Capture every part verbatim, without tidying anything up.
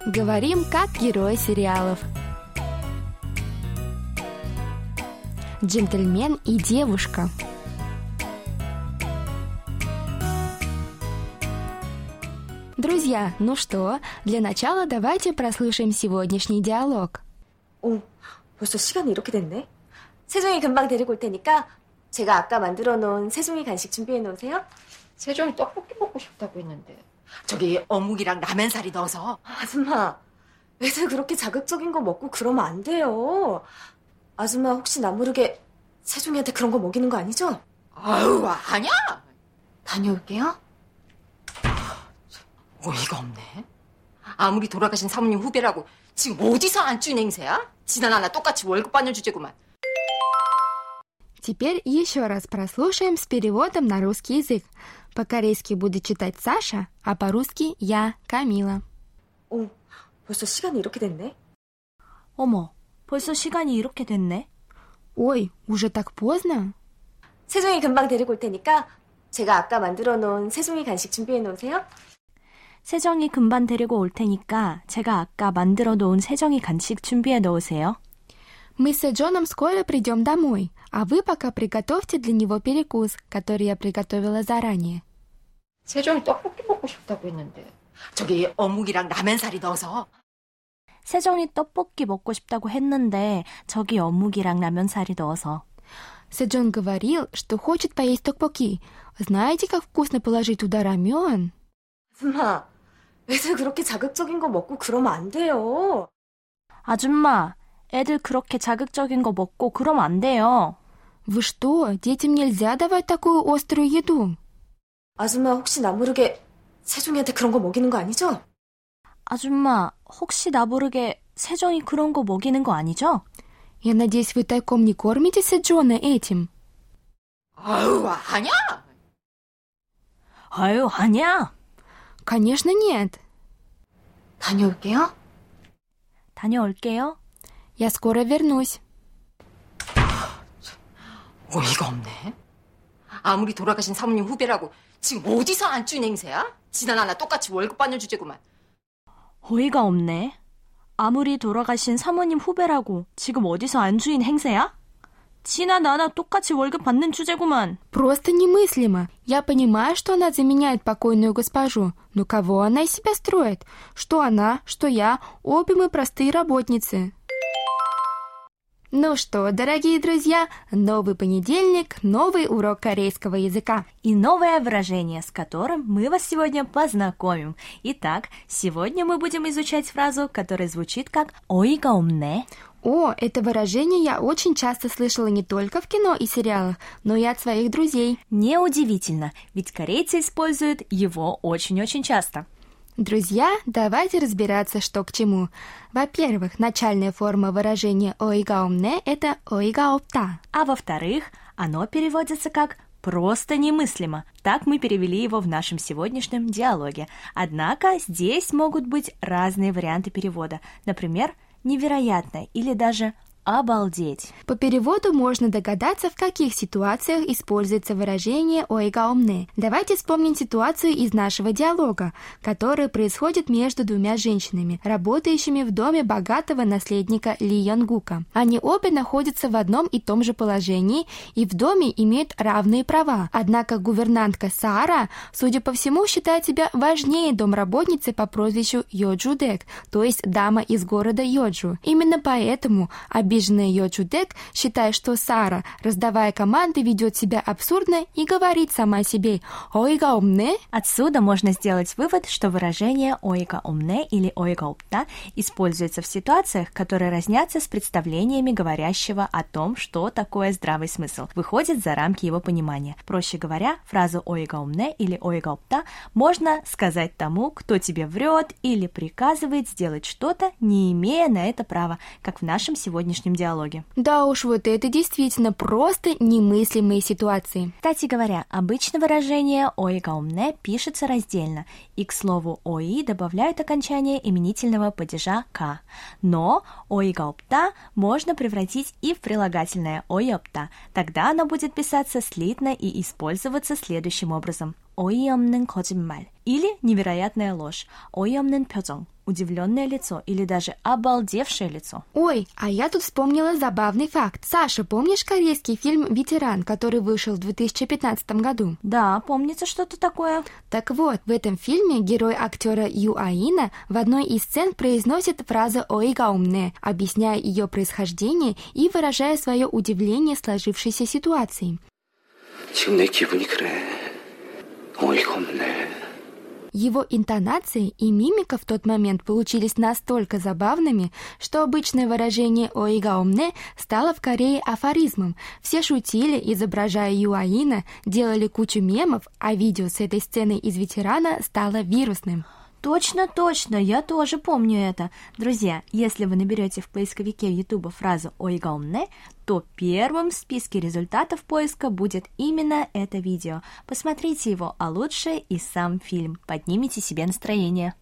Говорим, как герои сериалов. Джентльмен и девушка. Друзья, ну что, для начала давайте прослушаем сегодняшний диалог. 어, 벌써 시간이 이렇게 됐네. 세종이 금방 데리고 올 테니까 제가 아까 만들어 놓은 세종이 간식 준비해 놓으세요. 세종이 떡볶이 먹고 싶다고 했는데 저기 어묵이랑 라면사리 넣어서. 아줌마, 애들 그렇게 자극적인 거 먹고 그러면 안 돼요. 아줌마 혹시 나 모르게 세종이한테 그런 거 먹이는 거 아니죠? 아유, 아니야. 다녀올게요. 어이가 없네. 아무리 돌아가신 사모님 후배라고 지금 어디서 안쭈인 행세야? 지난하나 똑같이 월급 받는 주제구만. Теперь еще раз прослушаем с переводом на русский язык. По-корейски будет читать Саша, а по-русски я, Камила. 어, 벌써 시간이 이렇게 됐네. 어머, 벌써 시간이 이렇게 됐네. Ой, уже так поздно? 세종이 금방 데리고 올 테니까 제가 아까 만들어 놓은 세종이 간식 준비해 놓으세요. 세정이 금방 데리고 올 테니까 제가 아까 만들어 놓은 세정이 간식 준비해 놓으세요. Мы с Джоном скоро придем домой, а вы пока приготовьте для него перекус, который я приготовила заранее. 세종이 떡볶이 먹고 싶다고 했는데 저기 어묵이랑 라면사리 넣어서. 세정이 떡볶이 먹고 싶다고 했는데 저기 어묵이랑 라면사리 넣어서. Сэджон говорил, что хочет поесть 떡볶и. Знаете, как вкусно положить туда рамен? 아줌마, 애들 그렇게 자극적인 거 먹고 그러면 안 돼요. 아줌마, 애들 그렇게 자극적인 거 먹고 그러면 안 돼요. Вы что, детям нельзя давать такую острую еду? 아줌마 혹시 나 모르게 세종이한테 그런 거 먹이는 거 아니죠? 아줌마, 혹시 나 모르게 세정이 그런 거 먹이는 거 아니죠? Я надеюсь, вы тайком не кормите Сэджона этим? 아유, 아니야. 아유, 아니야. Конечно, нет. 다녀올게요. 다녀올게요. Я скоро вернусь. 어이가 없네. 아무리 돌아가신 사모님 후배라고 지금 어디서 안쭈인 행세야? 지난하나 똑같이 월급 받는 주제구만. 어이가 없네. 아무리 돌아가신 사모님 후배라고 지금 어디서 안주인 행세야? 지나 나나 똑같이 월급 받는 주제구만. Просто немыслимо. Я понимаю, что она заменяет покойную госпожу, но кого она из себя строит? Что она, что я, обе мы простые работницы. Ну что, дорогие друзья, новый понедельник, новый урок корейского языка. И новое выражение, с которым мы вас сегодня познакомим. Итак, сегодня мы будем изучать фразу, которая звучит как «어이가 없네». О, это выражение я очень часто слышала не только в кино и сериалах, но и от своих друзей. Неудивительно, ведь корейцы используют его очень-очень часто. Друзья, давайте разбираться, что к чему. Во-первых, начальная форма выражения «어이가 없네» — это «어이가 없다». А во-вторых, оно переводится как «просто немыслимо». Так мы перевели его в нашем сегодняшнем диалоге. Однако здесь могут быть разные варианты перевода. Например, «невероятно» или даже «обалдеть». По переводу можно догадаться, в каких ситуациях используется выражение «어이가 없네». Давайте вспомним ситуацию из нашего диалога, которая происходит между двумя женщинами, работающими в доме богатого наследника Ли Йонгука. Они обе находятся в одном и том же положении и в доме имеют равные права. Однако гувернантка Сара, судя по всему, считает себя важнее домработницы по прозвищу Йоджудек, то есть дама из города Йоджу. Именно поэтому обиженная Йоджудек считает, что Сара, раздавая команды, ведет себя абсурдно и говорит сама себе «어이가 없네». Отсюда можно сделать вывод, что выражение «어이가 없네» или «어이가 없다» используется в ситуациях, которые разнятся с представлениями говорящего о том, что такое здравый смысл, выходит за рамки его понимания. Проще говоря, фразу «어이가 없네» или «어이가 없다» можно сказать тому, кто тебе врет или приказывает сделать что-то, не имея на это права, как в нашем сегодняшнем диалоге. Да уж, вот это действительно просто немыслимые ситуации. Кстати говоря, обычно выражение «어이가 없네» пишется раздельно, и к слову «어이» добавляют окончание именительного падежа «ка». Но «어이가 없다» можно превратить и в прилагательное «어이없다». Тогда оно будет писаться слитно и использоваться следующим образом. 어이없는 거짓말 или невероятная ложь. 어이없는 표정. удивленное лицо или даже обалдевшее лицо. Ой, а я тут вспомнила забавный факт. Саша, помнишь корейский фильм «Ветеран», который вышел в две тысячи пятнадцатом году? Да, помнится что-то такое. Так вот, в этом фильме герой актера Ю Аина в одной из сцен произносит фразу «ойга умне», объясняя ее происхождение и выражая свое удивление сложившейся ситуацией. 지금 내 기분이 그래. 어이가 없네. Его интонации и мимика в тот момент получились настолько забавными, что обычное выражение «ойга умне» стало в Корее афоризмом. Все шутили, изображая Ю Аина, делали кучу мемов, а видео с этой сценой из «Ветерана» стало вирусным. Точно, точно, я тоже помню это. Друзья, если вы наберете в поисковике Ютуба фразу «ойга умне», то первым в списке результатов поиска будет именно это видео. Посмотрите его, а лучше и сам фильм. Поднимите себе настроение.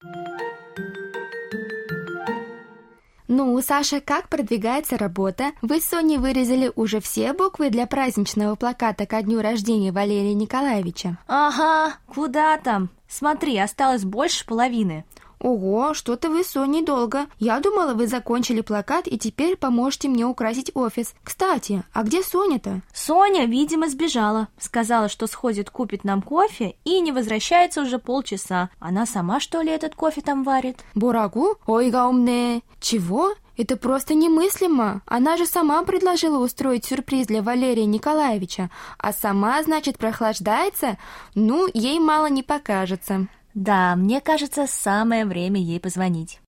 Ну, Саша, как продвигается работа? Вы с Соней вырезали уже все буквы для праздничного плаката ко дню рождения Валерия Николаевича? Ага, куда там? Смотри, осталось больше половины. Ого, что-то вы с Соней долго. Я думала, вы закончили плакат и теперь поможете мне украсить офис. Кстати, а где Соня-то? Соня, видимо, сбежала. Сказала, что сходит купит нам кофе и не возвращается уже полчаса. Она сама, что ли, этот кофе там варит? Бурагу? Ойга умне. Чего? Это просто немыслимо. Она же сама предложила устроить сюрприз для Валерия Николаевича, а сама, значит, прохлаждается? Ну, ей мало не покажется. Да, мне кажется, самое время ей позвонить.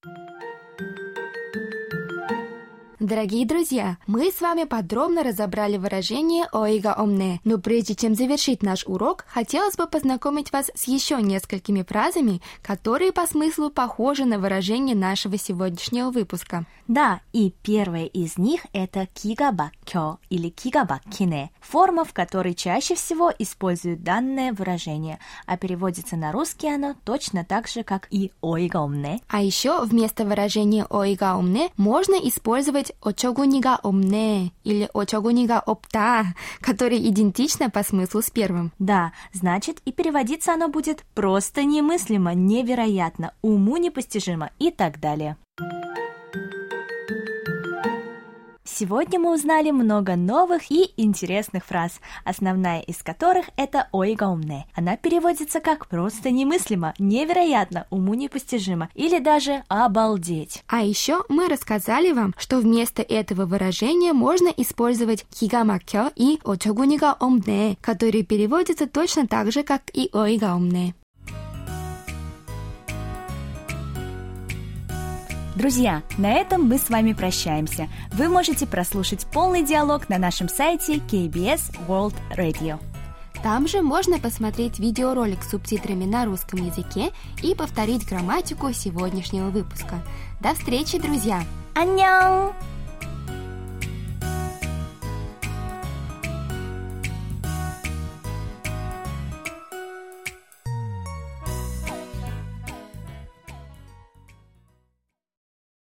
Дорогие друзья, мы с вами подробно разобрали выражение «ойга умне», но прежде чем завершить наш урок, хотелось бы познакомить вас с еще несколькими фразами, которые по смыслу похожи на выражение нашего сегодняшнего выпуска. Да, и первая из них это «кига бакё» или «кига баккине», форма, в которой чаще всего используют данное выражение, а переводится на русский оно точно так же, как и «ойга умне». А еще вместо выражения «ойга умне» можно использовать «очогунига умне» или «очогунига опта», которые идентично по смыслу с первым. Да, значит, и переводиться оно будет просто немыслимо, невероятно, уму непостижимо и так далее. Сегодня мы узнали много новых и интересных фраз, основная из которых это «ойга умне». Она переводится как «просто немыслимо», «невероятно», «уму непостижимо» или даже «обалдеть». А еще мы рассказали вам, что вместо этого выражения можно использовать «кига макё» и «очогунига умне», которые переводятся точно так же, как и «ойга умне». Друзья, на этом мы с вами прощаемся. Вы можете прослушать полный диалог на нашем сайте кей би эс World Radio. Там же можно посмотреть видеоролик с субтитрами на русском языке и повторить грамматику сегодняшнего выпуска. До встречи, друзья! 안녕!